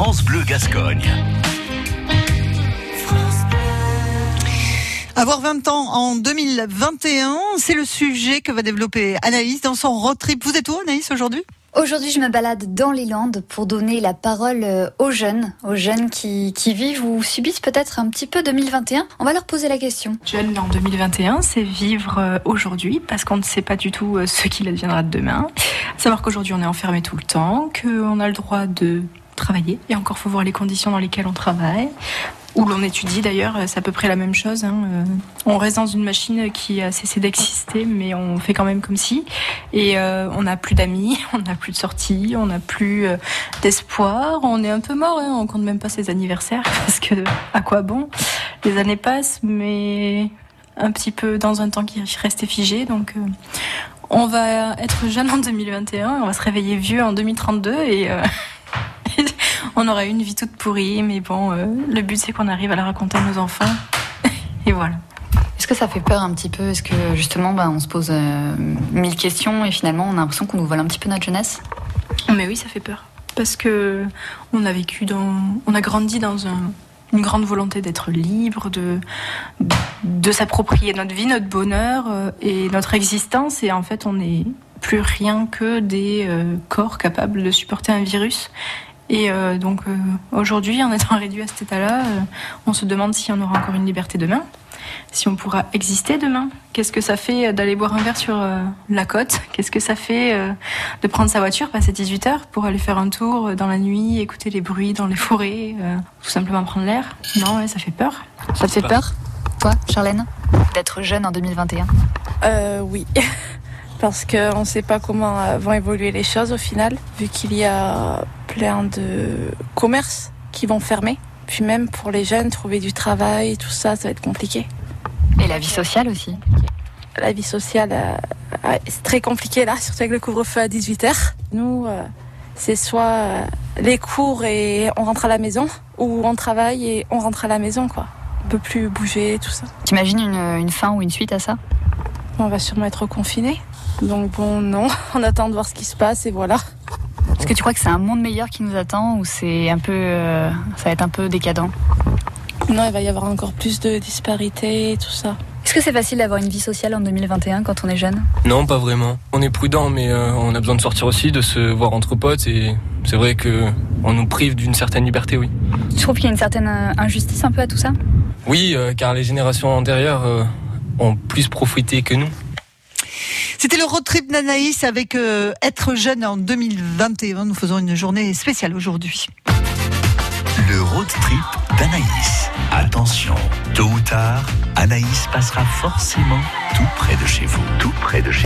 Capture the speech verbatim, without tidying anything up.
France Bleu Gascogne. Avoir vingt ans en deux mille vingt et un, c'est le sujet que va développer Anaïs dans son road trip. Vous êtes où, Anaïs, aujourd'hui ? Aujourd'hui, je me balade dans les Landes pour donner la parole aux jeunes, aux jeunes qui, qui vivent ou subissent peut-être un petit peu deux mille vingt et un. On va leur poser la question. Jeune en deux mille vingt et un, c'est vivre aujourd'hui parce qu'on ne sait pas du tout ce qu'il adviendra de demain. Savoir qu'aujourd'hui, on est enfermé tout le temps, qu'on a le droit de travailler. Et encore, faut voir les conditions dans lesquelles on travaille. Où l'on étudie d'ailleurs, c'est à peu près la même chose. Hein. On reste dans une machine qui a cessé d'exister, mais on fait quand même comme si. Et euh, on n'a plus d'amis, on n'a plus de sorties, on n'a plus euh, d'espoir. On est un peu mort, hein. On compte même pas ses anniversaires parce que à quoi bon ? Les années passent, mais un petit peu dans un temps qui restait figé. Donc euh, on va être jeune en deux mille vingt et un, on va se réveiller vieux en deux mille trente-deux et euh, on aura une vie toute pourrie, mais bon, euh, le but c'est qu'on arrive à la raconter à nos enfants. Et voilà. Est-ce que ça fait peur un petit peu ? Est-ce que justement, bah, on se pose euh, mille questions et finalement on a l'impression qu'on nous vole un petit peu notre jeunesse ? Mais oui, ça fait peur. Parce que on a vécu dans, on a grandi dans un, une grande volonté d'être libre, de, de s'approprier notre vie, notre bonheur euh, et notre existence. Et en fait, on n'est plus rien que des euh, corps capables de supporter un virus. Et euh, donc euh, aujourd'hui, en étant réduit à cet état-là, euh, on se demande si on aura encore une liberté demain, si on pourra exister demain. Qu'est-ce que ça fait d'aller boire un verre sur euh, la côte ? Qu'est-ce que ça fait euh, de prendre sa voiture, passer dix-huit heures pour aller faire un tour dans la nuit, écouter les bruits dans les forêts, euh, tout simplement prendre l'air ? Non, ouais, ça fait peur. Ça te fait peur, toi, Charlène, d'être jeune en deux mille vingt et un ? Euh, oui. Parce qu'on ne sait pas comment vont évoluer les choses au final, vu qu'il y a plein de commerces qui vont fermer. Puis même pour les jeunes, trouver du travail, tout ça, ça va être compliqué. Et la vie sociale aussi ? La vie sociale, euh, c'est très compliqué là, surtout avec le couvre-feu à dix-huit heures. Nous, euh, c'est soit euh, les cours et on rentre à la maison, ou on travaille et on rentre à la maison, quoi. On ne peut plus bouger, tout ça. T'imagines une, une fin ou une suite à ça ? On va sûrement être confinés. Donc bon, non, on attend de voir ce qui se passe et voilà. Est-ce que tu crois que c'est un monde meilleur qui nous attend ou c'est un peu, euh, ça va être un peu décadent ? Non, il va y avoir encore plus de disparités et tout ça. Est-ce que c'est facile d'avoir une vie sociale en deux mille vingt et un quand on est jeune ? Non, pas vraiment. On est prudent, mais euh, on a besoin de sortir aussi, de se voir entre potes et c'est vrai qu'on nous prive d'une certaine liberté, oui. Tu trouves qu'il y a une certaine injustice un peu à tout ça ? Oui, euh, car les générations antérieures euh, ont plus profité que nous. C'était le road trip d'Anaïs avec euh, être jeune en deux mille vingt et un. Nous faisons une journée spéciale aujourd'hui. Le road trip d'Anaïs. Attention, tôt ou tard, Anaïs passera forcément tout près de chez vous. Tout près de chez